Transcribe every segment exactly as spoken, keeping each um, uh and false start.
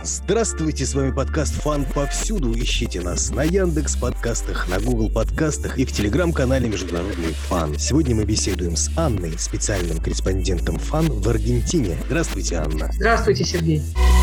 Здравствуйте, с вами подкаст «Фан повсюду». Ищите нас на Яндекс подкастах, на Google подкастах и в телеграм-канале «Международный фан». Сегодня мы беседуем с Анной, специальным корреспондентом «Фан» в Аргентине. Здравствуйте, Анна. Здравствуйте, Сергей.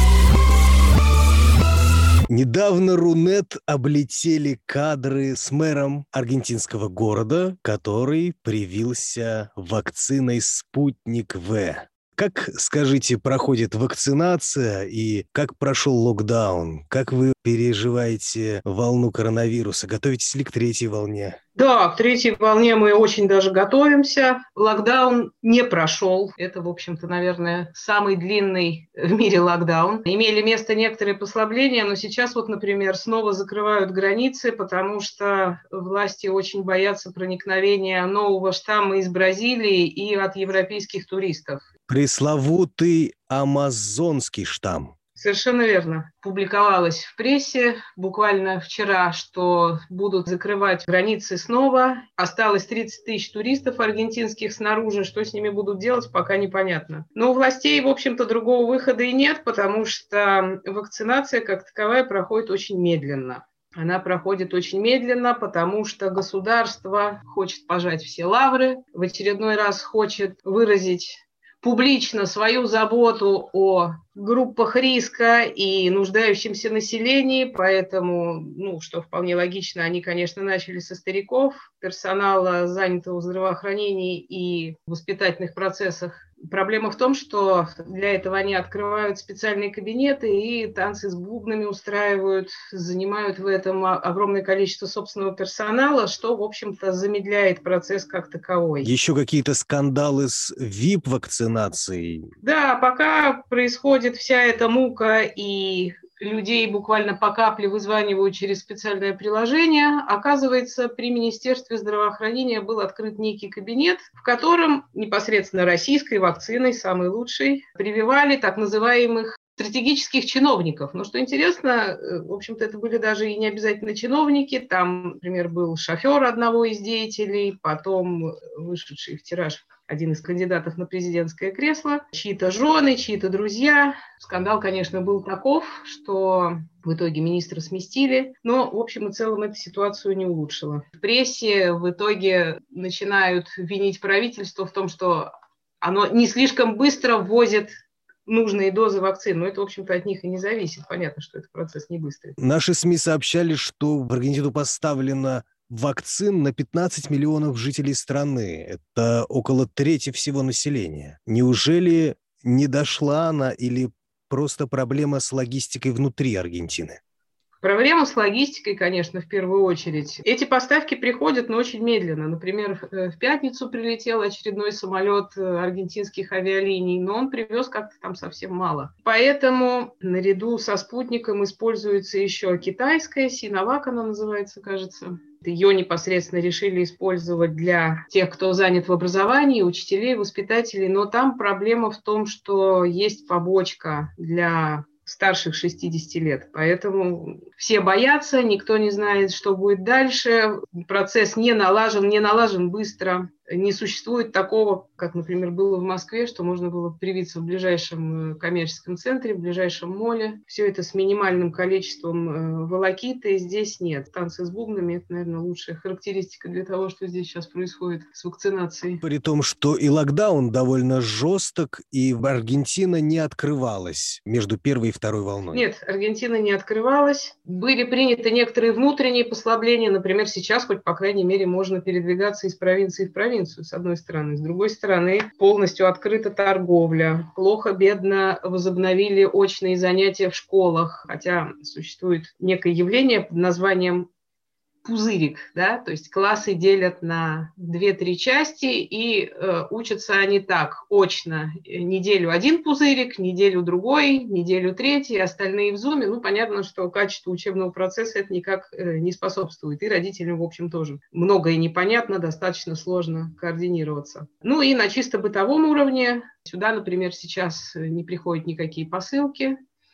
Недавно Рунет облетели кадры с мэром аргентинского города, который привился вакциной «Спутник В». Как, скажите, проходит вакцинация и как прошел локдаун? Как вы переживаете волну коронавируса? Готовитесь ли к третьей волне? Да, к третьей волне мы очень даже готовимся. Локдаун не прошел. Это, в общем-то, наверное, самый длинный в мире локдаун. Имели место некоторые послабления, но сейчас вот, например, снова закрывают границы, потому что власти очень боятся проникновения нового штамма из Бразилии и от европейских туристов. Пресловутый амазонский штамм. Совершенно верно. Публиковалось в прессе буквально вчера, что будут закрывать границы снова. Осталось тридцать тысяч туристов аргентинских снаружи. Что с ними будут делать, пока непонятно. Но у властей, в общем-то, другого выхода и нет, потому что вакцинация как таковая проходит очень медленно. Она проходит очень медленно, потому что государство хочет пожать все лавры, в очередной раз хочет выразить публично свою заботу о группах риска и нуждающемся населении, поэтому, ну, что вполне логично, они, конечно, начали со стариков, персонала, занятого в здравоохранении и воспитательных процессах. Проблема в том, что для этого они открывают специальные кабинеты и танцы с бубнами устраивают, занимают в этом огромное количество собственного персонала, что, в общем-то, замедляет процесс как таковой. Еще какие-то скандалы с ви ай пи-вакцинацией? Да, пока происходит вся эта мука и людей буквально по капле вызванивают через специальное приложение. Оказывается, при Министерстве здравоохранения был открыт некий кабинет, в котором непосредственно российской вакциной, самой лучшей, прививали так называемых стратегических чиновников. Но что интересно, в общем-то, это были даже и не обязательно чиновники. Там, например, был шофер одного из деятелей, потом вышедший в тираж один из кандидатов на президентское кресло, чьи-то жены, чьи-то друзья. Скандал, конечно, был таков, что в итоге министра сместили, но, в общем и целом, эта ситуацию не улучшила. В прессе в итоге начинают винить правительство в том, что оно не слишком быстро ввозит нужные дозы вакцин, но это, в общем-то, от них и не зависит. Понятно, что этот процесс не быстрый. Наши СМИ сообщали, что в Аргентину поставлено вакцин на пятнадцать миллионов жителей страны. Это около трети всего населения. Неужели не дошла она или просто проблема с логистикой внутри Аргентины? Проблема с логистикой, конечно, в первую очередь. Эти поставки приходят, но очень медленно. Например, в пятницу прилетел очередной самолет аргентинских авиалиний, но он привез как-то там совсем мало. Поэтому наряду со спутником используется еще китайская, Синовак она называется, кажется. Ее непосредственно решили использовать для тех, кто занят в образовании, учителей, воспитателей. Но там проблема в том, что есть побочка для старших шестидесяти лет. Поэтому все боятся, никто не знает, что будет дальше. Процесс не налажен, не налажен быстро. Не существует такого, как, например, было в Москве, что можно было привиться в ближайшем коммерческом центре, в ближайшем моле. Все это с минимальным количеством волокиты. Здесь нет. Танцы с бубнами – это, наверное, лучшая характеристика для того, что здесь сейчас происходит с вакцинацией. При том, что и локдаун довольно жесток, и Аргентина не открывалась между первой и второй волной. Нет, Аргентина не открывалась. Были приняты некоторые внутренние послабления. Например, сейчас хоть, по крайней мере, можно передвигаться из провинции в провинцию, с одной стороны. С другой стороны, полностью открыта торговля. Плохо-бедно возобновили очные занятия в школах, хотя существует некое явление под названием пузырик, да, то есть классы делят на две-три части, и э, учатся они так, очно. Неделю один пузырик, неделю другой, неделю третий, остальные в зуме. Ну, понятно, что качеству учебного процесса это никак э, не способствует. И родителям, в общем, тоже многое непонятно, достаточно сложно координироваться. Ну и на чисто бытовом уровне сюда, например, сейчас не приходят никакие посылки,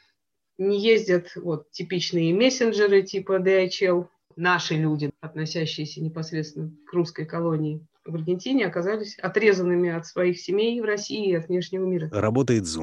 не ездят вот типичные мессенджеры типа ди эйч эл. Наши люди, относящиеся непосредственно к русской колонии в Аргентине, оказались отрезанными от своих семей в России и от внешнего мира. Работает Zoom.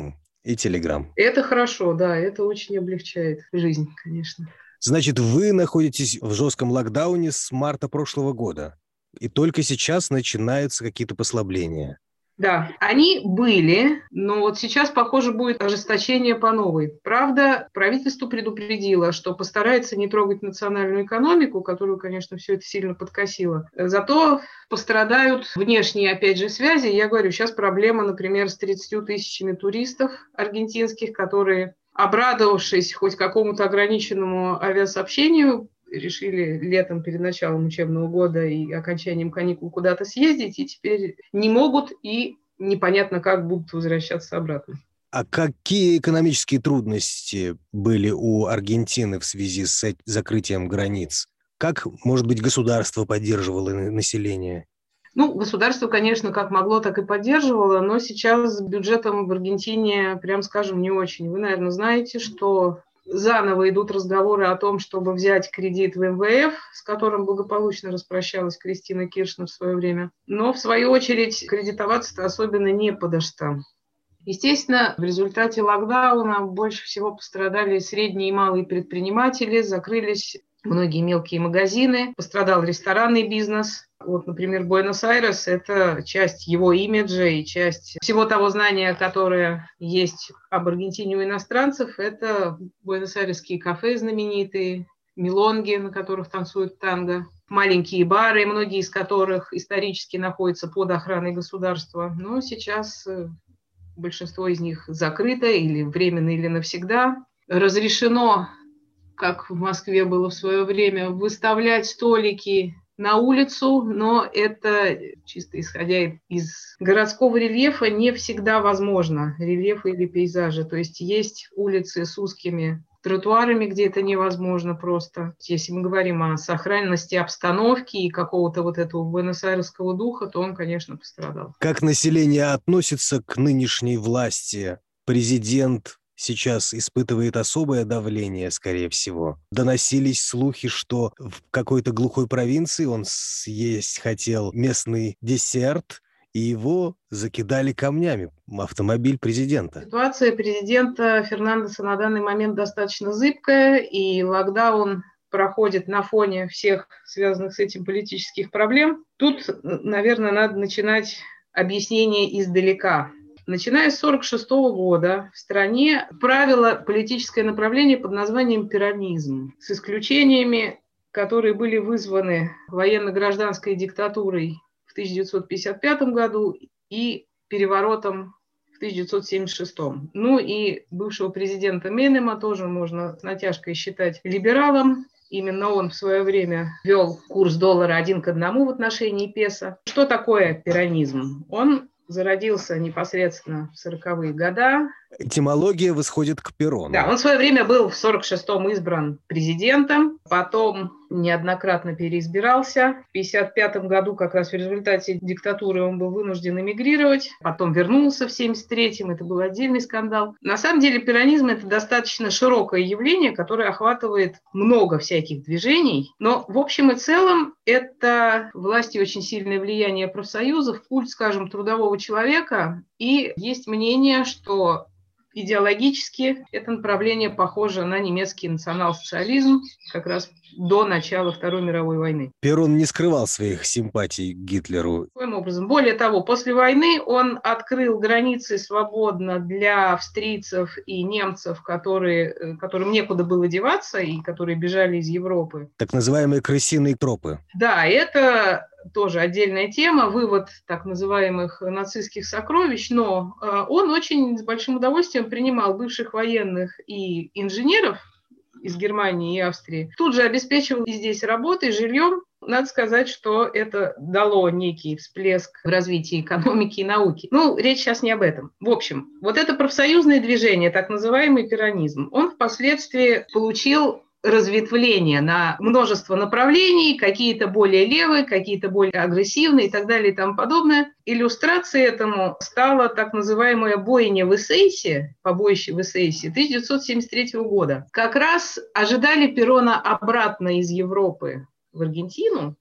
И Telegram. Это хорошо, да, это очень облегчает жизнь, конечно. Значит, вы находитесь в жестком локдауне с марта прошлого года, и только сейчас начинаются какие-то послабления. Да, они были, но вот сейчас, похоже, будет ожесточение по новой. Правда, правительство предупредило, что постарается не трогать национальную экономику, которую, конечно, все это сильно подкосило. Зато пострадают внешние, опять же, связи. Я говорю, сейчас проблема, например, с тридцатью тысячами туристов аргентинских, которые, обрадовавшись хоть какому-то ограниченному авиасообщению, решили летом перед началом учебного года и окончанием каникул куда-то съездить, и теперь не могут и непонятно, как будут возвращаться обратно. А какие экономические трудности были у Аргентины в связи с закрытием границ? Как, может быть, государство поддерживало население? Ну, государство, конечно, как могло, так и поддерживало, но сейчас с бюджетом в Аргентине, прям скажем, не очень. Вы, наверное, знаете, что заново идут разговоры о том, чтобы взять кредит в эм вэ эф, с которым благополучно распрощалась Кристина Киршнер в свое время. Но, в свою очередь, кредитоваться-то особенно не подо что. Естественно, в результате локдауна больше всего пострадали средние и малые предприниматели, закрылись многие мелкие магазины, пострадал ресторанный бизнес. Вот, например, Буэнос-Айрес – это часть его имиджа и часть всего того знания, которое есть об Аргентине у иностранцев. Это буэнос-айресские кафе знаменитые, милонги, на которых танцуют танго, маленькие бары, многие из которых исторически находятся под охраной государства. Но сейчас большинство из них закрыто или временно, или навсегда. Разрешено, как в Москве было в свое время, выставлять столики на улицу, но это, чисто исходя из городского рельефа, не всегда возможно, рельефа или пейзажа. То есть есть улицы с узкими тротуарами, где это невозможно просто. Если мы говорим о сохранности обстановки и какого-то вот этого буэнос-айресского духа, то он, конечно, пострадал. Как население относится к нынешней власти? Президент сейчас испытывает особое давление, скорее всего. Доносились слухи, что в какой-то глухой провинции он съесть хотел местный десерт, и его закидали камнями. Автомобиль президента. Ситуация президента Фернандеса на данный момент достаточно зыбкая, и локдаун проходит на фоне всех связанных с этим политических проблем. Тут, наверное, надо начинать объяснение издалека. Начиная с сорок шестого года в стране правило политическое направление под названием пиронизм, с исключениями, которые были вызваны военно-гражданской диктатурой в тысяча девятьсот пятьдесят пятом году и переворотом в тысяча девятьсот семьдесят шестом. Ну и бывшего президента Менема тоже можно с натяжкой считать либералом. Именно он в свое время ввел курс доллара один к одному в отношении песо. Что такое пиронизм? Он зародился непосредственно в сороковые годы. Этимология восходит к Перону. Да, он в свое время был в сорок шестом избран президентом, потом неоднократно переизбирался. В пятьдесят пятом году как раз в результате диктатуры он был вынужден эмигрировать, потом вернулся в семьдесят третьем, это был отдельный скандал. На самом деле пиронизм – это достаточно широкое явление, которое охватывает много всяких движений, но в общем и целом это власть и очень сильное влияние профсоюзов, культ, скажем, трудового человека, и есть мнение, что идеологически это направление похоже на немецкий национал-социализм как раз до начала Второй мировой войны. Перон не скрывал своих симпатий к Гитлеру. Каким образом? Более того, после войны он открыл границы свободно для австрийцев и немцев, которые, которым некуда было деваться и которые бежали из Европы. Так называемые крысиные тропы. Да, это тоже отдельная тема, вывод так называемых нацистских сокровищ, но он очень с большим удовольствием принимал бывших военных и инженеров из Германии и Австрии, тут же обеспечивал и здесь работой, жильем. Надо сказать, что это дало некий всплеск в развитии экономики и науки. Ну, речь сейчас не об этом. В общем, вот это профсоюзное движение, так называемый пиронизм, он впоследствии получил разветвление на множество направлений, какие-то более левые, какие-то более агрессивные и так далее и тому подобное. Иллюстрацией этому стала так называемая бойня в Эссейсе, побоище в Эссейсе тысяча девятьсот семьдесят третьего года. Как раз ожидали Перона обратно из Европы в Аргентину,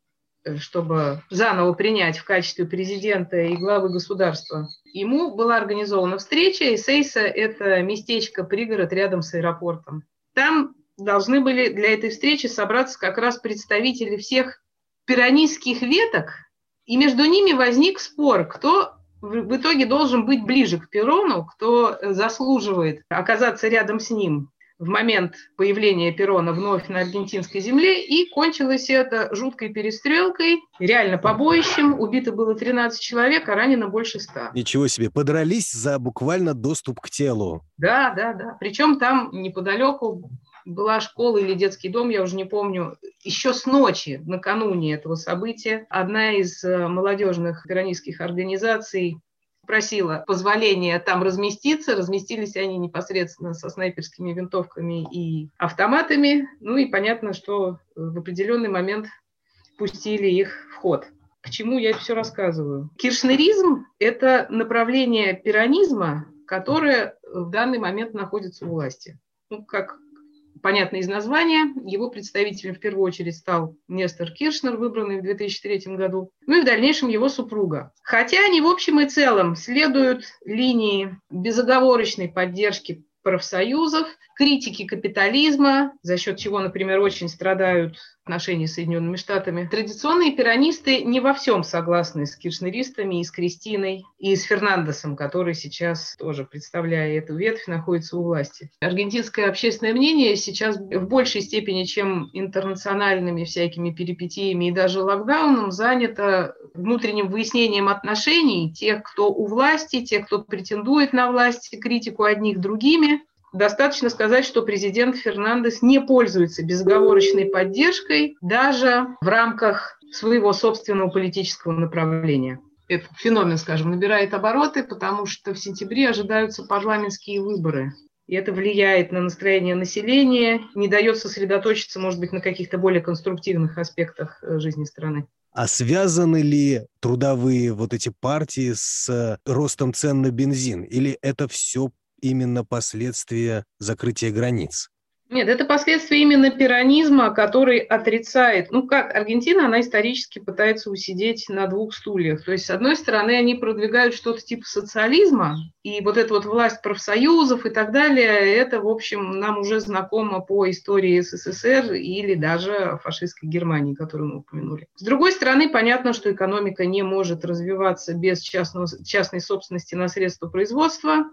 чтобы заново принять в качестве президента и главы государства, ему была организована встреча. Эсейса – это местечко, пригород рядом с аэропортом. Там должны были для этой встречи собраться как раз представители всех пиранистских веток, и между ними возник спор, кто в итоге должен быть ближе к Перрону, кто заслуживает оказаться рядом с ним в момент появления Перрона вновь на аргентинской земле, и кончилось это жуткой перестрелкой, реально побоищем. Убито было тринадцать человек, а ранено больше ста. Ничего себе, подрались за буквально доступ к телу. Да, да, да. Причем там неподалеку была школа или детский дом, я уже не помню, еще с ночи, накануне этого события, одна из молодежных гранитских организаций просила позволения там разместиться. Разместились они непосредственно со снайперскими винтовками и автоматами. Ну и понятно, что в определенный момент пустили их в ход. К чему я это все рассказываю? Киршнеризм – это направление пиранизма, которое в данный момент находится у власти. Ну, как понятно из названия, его представителем в первую очередь стал Нестор Киршнер, выбранный в две тысячи третьем году, ну и в дальнейшем его супруга. Хотя они в общем и целом следуют линии безоговорочной поддержки профсоюзов, критики капитализма, за счет чего, например, очень страдают отношения с Соединенными Штатами. Традиционные пиранисты не во всем согласны с киршнеристами и с Кристиной, и с Фернандесом, который сейчас тоже, представляя эту ветвь, находится у власти. Аргентинское общественное мнение сейчас в большей степени, чем интернациональными всякими перипетиями и даже локдауном, занято внутренним выяснением отношений тех, кто у власти, тех, кто претендует на власть, критику одних другими. Достаточно сказать, что президент Фернандес не пользуется безоговорочной поддержкой даже в рамках своего собственного политического направления. Этот феномен, скажем, набирает обороты, потому что в сентябре ожидаются парламентские выборы. И это влияет на настроение населения, не дает сосредоточиться, может быть, на каких-то более конструктивных аспектах жизни страны. А связаны ли трудовые вот эти партии с ростом цен на бензин? Или это все именно последствия закрытия границ? Нет, это последствия именно пиранизма, который отрицает, ну как Аргентина, она исторически пытается усидеть на двух стульях. То есть, с одной стороны, они продвигают что-то типа социализма, и вот эта вот власть профсоюзов и так далее, это, в общем, нам уже знакомо по истории СССР или даже фашистской Германии, которую мы упомянули. С другой стороны, понятно, что экономика не может развиваться без частного, частной собственности на средства производства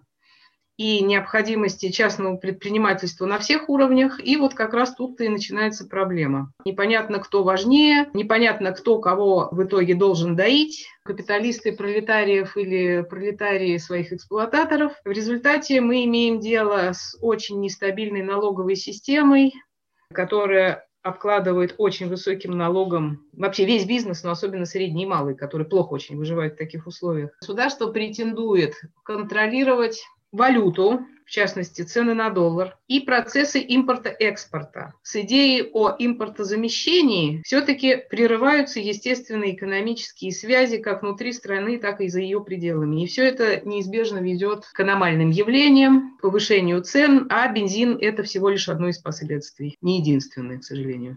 и необходимости частного предпринимательства на всех уровнях. И вот как раз тут-то и начинается проблема. Непонятно, кто важнее, непонятно, кто кого в итоге должен доить, капиталисты пролетариев или пролетарии своих эксплуататоров. В результате мы имеем дело с очень нестабильной налоговой системой, которая обкладывает очень высоким налогом вообще весь бизнес, но особенно средний и малый, который плохо очень выживает в таких условиях. Государство претендует контролировать валюту, в частности, цены на доллар, и процессы импорта-экспорта. С идеей о импортозамещении все-таки прерываются естественные экономические связи как внутри страны, так и за ее пределами. И все это неизбежно ведет к аномальным явлениям, повышению цен, а бензин – это всего лишь одно из последствий, не единственное, к сожалению.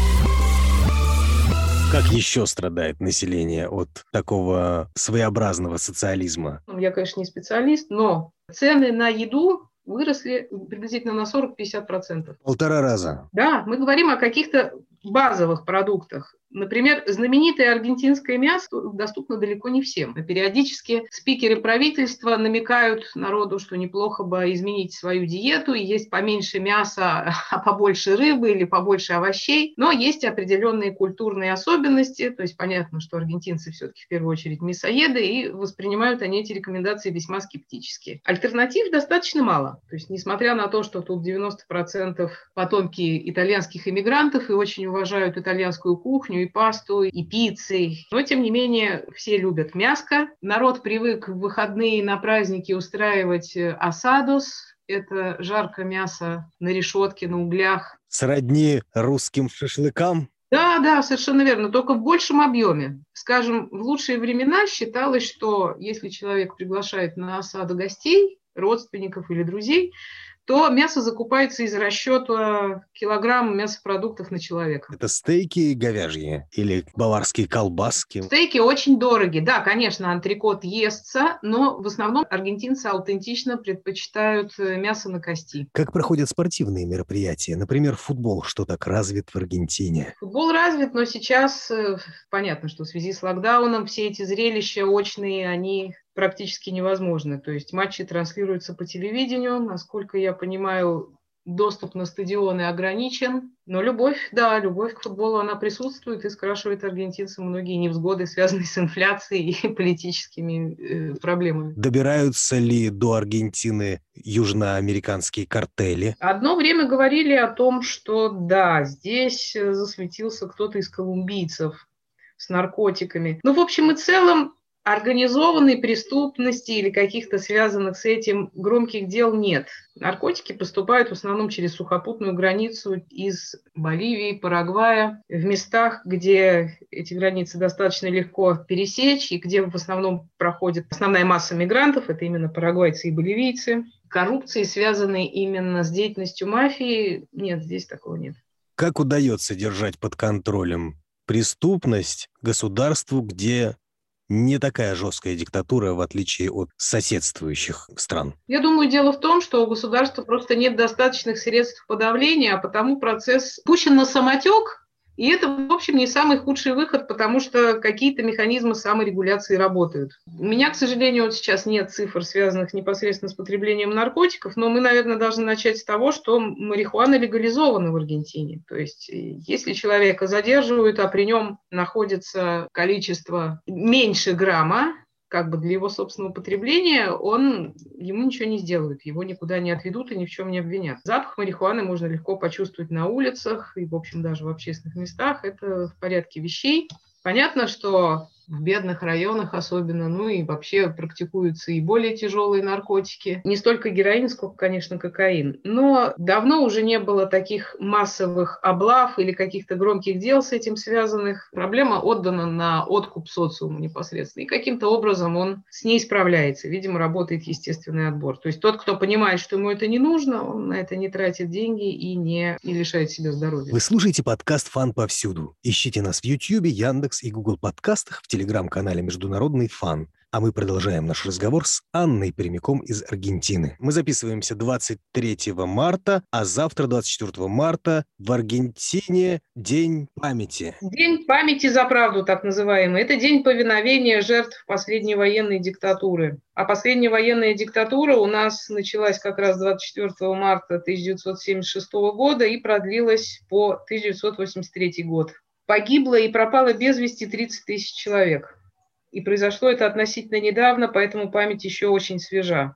Как еще страдает население от такого своеобразного социализма? Я, конечно, не специалист, но цены на еду выросли приблизительно на сорок-пятьдесят процентов. Полтора раза. Да, мы говорим о каких-то базовых продуктах. Например, знаменитое аргентинское мясо доступно далеко не всем. Периодически спикеры правительства намекают народу, что неплохо бы изменить свою диету и есть поменьше мяса, а побольше рыбы или побольше овощей. Но есть определенные культурные особенности. То есть понятно, что аргентинцы все-таки в первую очередь мясоеды, и воспринимают они эти рекомендации весьма скептически. Альтернатив достаточно мало. То есть несмотря на то, что тут девяносто процентов потомки итальянских иммигрантов и очень уважают итальянскую кухню, и пасту, и пиццы. Но, тем не менее, все любят мяско. Народ привык в выходные на праздники устраивать асадос. Это жаркое мясо на решетке, на углях. Сродни русским шашлыкам? Да, да, совершенно верно, только в большем объеме. Скажем, в лучшие времена считалось, что если человек приглашает на осаду гостей, родственников или друзей, то мясо закупается из расчета килограмма мясопродуктов на человека. Это стейки говяжьи или баварские колбаски? Стейки очень дороги. Да, конечно, антрекот естся, но в основном аргентинцы аутентично предпочитают мясо на кости. Как проходят спортивные мероприятия? Например, футбол, что так развит в Аргентине? Футбол развит, но сейчас э, понятно, что в связи с локдауном все эти зрелища очные, они практически невозможны. То есть матчи транслируются по телевидению. Насколько я понимаю, доступ на стадионы ограничен. Но любовь, да, любовь к футболу, она присутствует и скрашивает аргентинцам многие невзгоды, связанные с инфляцией и политическими э, проблемами. Добираются ли до Аргентины южноамериканские картели? Одно время говорили о том, что да, здесь засветился кто-то из колумбийцев с наркотиками. Ну, в общем и целом, организованной преступности или каких-то связанных с этим громких дел нет. Наркотики поступают в основном через сухопутную границу из Боливии, Парагвая, в местах, где эти границы достаточно легко пересечь и где в основном проходит основная масса мигрантов, это именно парагвайцы и боливийцы. Коррупции, связанной именно с деятельностью мафии, нет, здесь такого нет. Как удается держать под контролем преступность государству, где не такая жесткая диктатура, в отличие от соседствующих стран? Я думаю, дело в том, что у государства просто нет достаточных средств подавления, а потому процесс пущен на самотек, и это, в общем, не самый худший выход, потому что какие-то механизмы саморегуляции работают. У меня, к сожалению, вот сейчас нет цифр, связанных непосредственно с потреблением наркотиков, но мы, наверное, должны начать с того, что марихуана легализована в Аргентине. То есть если человека задерживают, а при нем находится количество меньше грамма, как бы для его собственного потребления, он, ему ничего не сделают, его никуда не отведут и ни в чем не обвинят. Запах марихуаны можно легко почувствовать на улицах и, в общем, даже в общественных местах. Это в порядке вещей. Понятно, что в бедных районах особенно, ну и вообще практикуются и более тяжелые наркотики. Не столько героин, сколько, конечно, кокаин. Но давно уже не было таких массовых облав или каких-то громких дел с этим связанных. Проблема отдана на откуп социуму непосредственно. И каким-то образом он с ней справляется. Видимо, работает естественный отбор. То есть тот, кто понимает, что ему это не нужно, он на это не тратит деньги и не и лишает себя здоровья. Вы слушаете подкаст «Фан повсюду». Ищите нас в Ютьюбе, Яндекс и Google подкастах, в телеграм-канале «Международный фан». А мы продолжаем наш разговор с Анной прямиком из Аргентины. Мы записываемся двадцать третьего марта, а завтра, двадцать четвёртого марта, в Аргентине День памяти. День памяти за правду, так называемый. Это день повиновения жертв последней военной диктатуры. А последняя военная диктатура у нас началась как раз двадцать четвёртого марта тысяча девятьсот семьдесят шестого года и продлилась по тысяча девятьсот восемьдесят третий год. Погибло и пропало без вести тридцать тысяч человек. И произошло это относительно недавно, поэтому память еще очень свежа.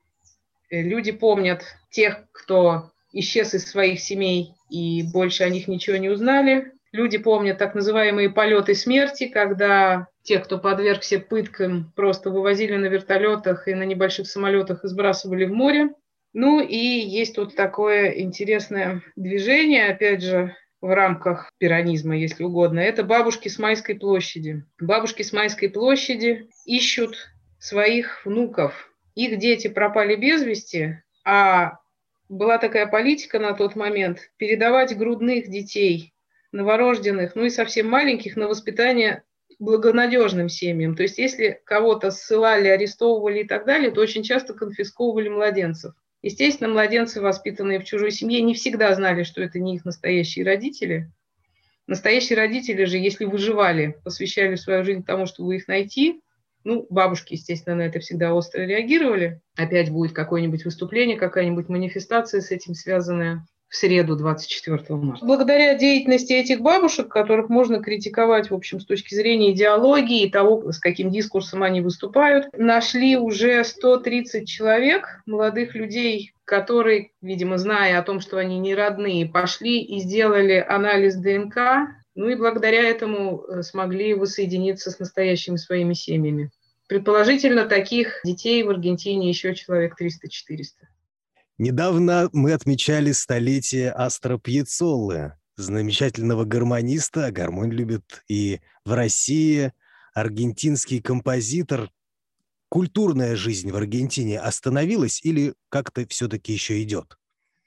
Люди помнят тех, кто исчез из своих семей и больше о них ничего не узнали. Люди помнят так называемые полеты смерти, когда тех, кто подвергся пыткам, просто вывозили на вертолетах и на небольших самолетах и сбрасывали в море. Ну и есть тут такое интересное движение, опять же, в рамках пиронизма, если угодно. Это бабушки с Майской площади. Бабушки с Майской площади ищут своих внуков. Их дети пропали без вести, а была такая политика на тот момент – передавать грудных детей, новорожденных, ну и совсем маленьких, на воспитание благонадежным семьям. То есть если кого-то ссылали, арестовывали и так далее, то очень часто конфисковывали младенцев. Естественно, младенцы, воспитанные в чужой семье, не всегда знали, что это не их настоящие родители. Настоящие родители же, если выживали, посвящали свою жизнь тому, чтобы их найти. Ну, бабушки, естественно, на это всегда остро реагировали. Опять будет какое-нибудь выступление, какая-нибудь манифестация с этим связанная в среду, двадцать четвёртого марта. Благодаря деятельности этих бабушек, которых можно критиковать, в общем, с точки зрения идеологии и того, с каким дискурсом они выступают, нашли уже сто тридцать человек, молодых людей, которые, видимо, зная о том, что они не родные, пошли и сделали анализ ДНК, ну и благодаря этому смогли воссоединиться с настоящими своими семьями. Предположительно, таких детей в Аргентине еще человек триста-четыреста. Недавно мы отмечали столетие Астора Пьяццолы, замечательного гармониста, гармонь любит и в России, аргентинский композитор. Культурная жизнь в Аргентине остановилась или как-то все-таки еще идет?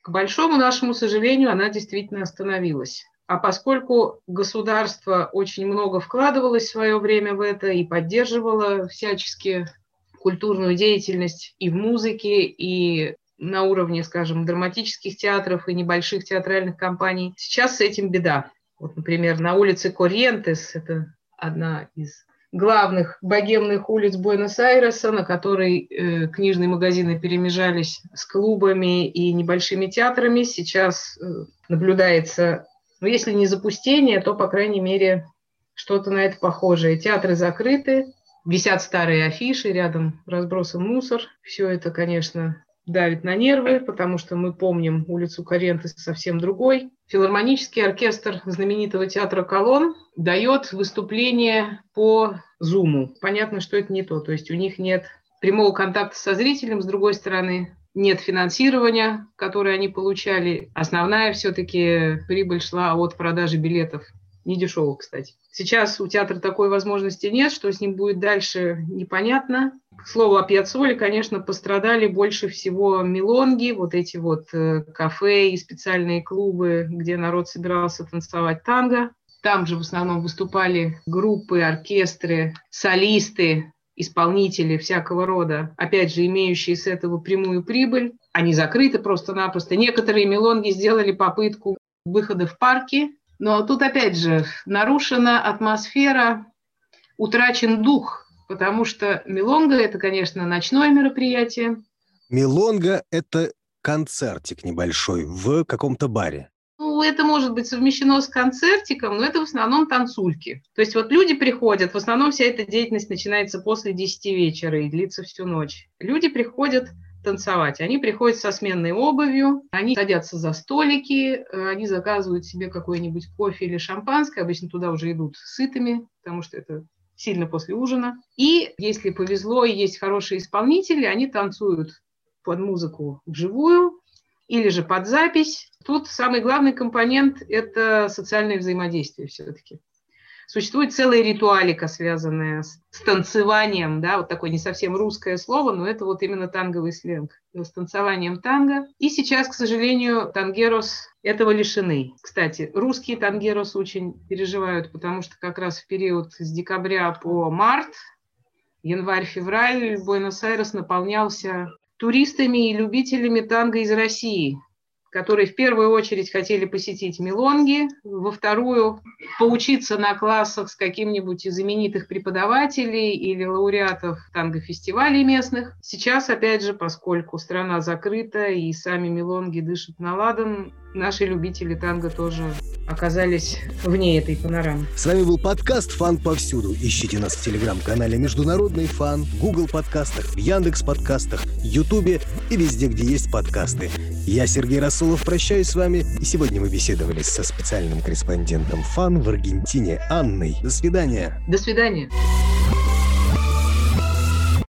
К большому нашему сожалению, она действительно остановилась. А поскольку государство очень много вкладывалось в свое время в это и поддерживало всячески культурную деятельность и в музыке, и на уровне, скажем, драматических театров и небольших театральных компаний, сейчас с этим беда. Вот, например, на улице Корриентес, это одна из главных богемных улиц Буэнос-Айреса, на которой э, книжные магазины перемежались с клубами и небольшими театрами, сейчас э, наблюдается, ну, если не запустение, то, по крайней мере, что-то на это похожее. Театры закрыты, висят старые афиши, рядом разбросан мусор. Все это, конечно, давит на нервы, потому что мы помним улицу Корриентес совсем другой. Филармонический оркестр знаменитого театра «Колонн» дает выступление по Зуму. Понятно, что это не то. То есть у них нет прямого контакта со зрителем, с другой стороны, нет финансирования, которое они получали. Основная все-таки прибыль шла от продажи билетов. Не дешево, кстати. Сейчас у театра такой возможности нет, что с ним будет дальше, непонятно. К слову о Пьяццоле, конечно, пострадали больше всего мелонги, вот эти вот кафе и специальные клубы, где народ собирался танцевать танго. Там же в основном выступали группы, оркестры, солисты, исполнители всякого рода, опять же, имеющие с этого прямую прибыль. Они закрыты просто-напросто. Некоторые мелонги сделали попытку выхода в парки, но тут, опять же, нарушена атмосфера, утрачен дух, потому что мелонга – это, конечно, ночное мероприятие. Мелонга – это концертик небольшой в каком-то баре. Ну, это может быть совмещено с концертиком, но это в основном танцульки. То есть вот люди приходят, в основном вся эта деятельность начинается после десяти вечера и длится всю ночь. Люди приходят танцевать. Они приходят со сменной обувью, они садятся за столики, они заказывают себе какой-нибудь кофе или шампанское, обычно туда уже идут сытыми, потому что это сильно после ужина. И если повезло и есть хорошие исполнители, они танцуют под музыку вживую или же под запись. Тут самый главный компонент – это социальное взаимодействие все-таки. Существует целая ритуалика, связанная с, с танцеванием, да, вот такое не совсем русское слово, но это вот именно танговый сленг, с танцеванием танго. И сейчас, к сожалению, тангерос этого лишены. Кстати, русские тангерос очень переживают, потому что как раз в период с декабря по март, январь-февраль, Буэнос-Айрес наполнялся туристами и любителями танго из России, которые в первую очередь хотели посетить мелонги, во вторую поучиться на классах с каким-нибудь из знаменитых преподавателей или лауреатов танго-фестивалей местных. Сейчас, опять же, поскольку страна закрыта и сами мелонги дышат на ладан, наши любители танго тоже оказались вне этой панорамы. С вами был подкаст «Фан повсюду». Ищите нас в телеграм-канале «Международный фан», в Google подкастах, в Яндекс подкастах, Ютубе и везде, где есть подкасты. Я, Сергей Расулов, прощаюсь с вами. И сегодня мы беседовали со специальным корреспондентом «Фан» в Аргентине Анной. До свидания. До свидания.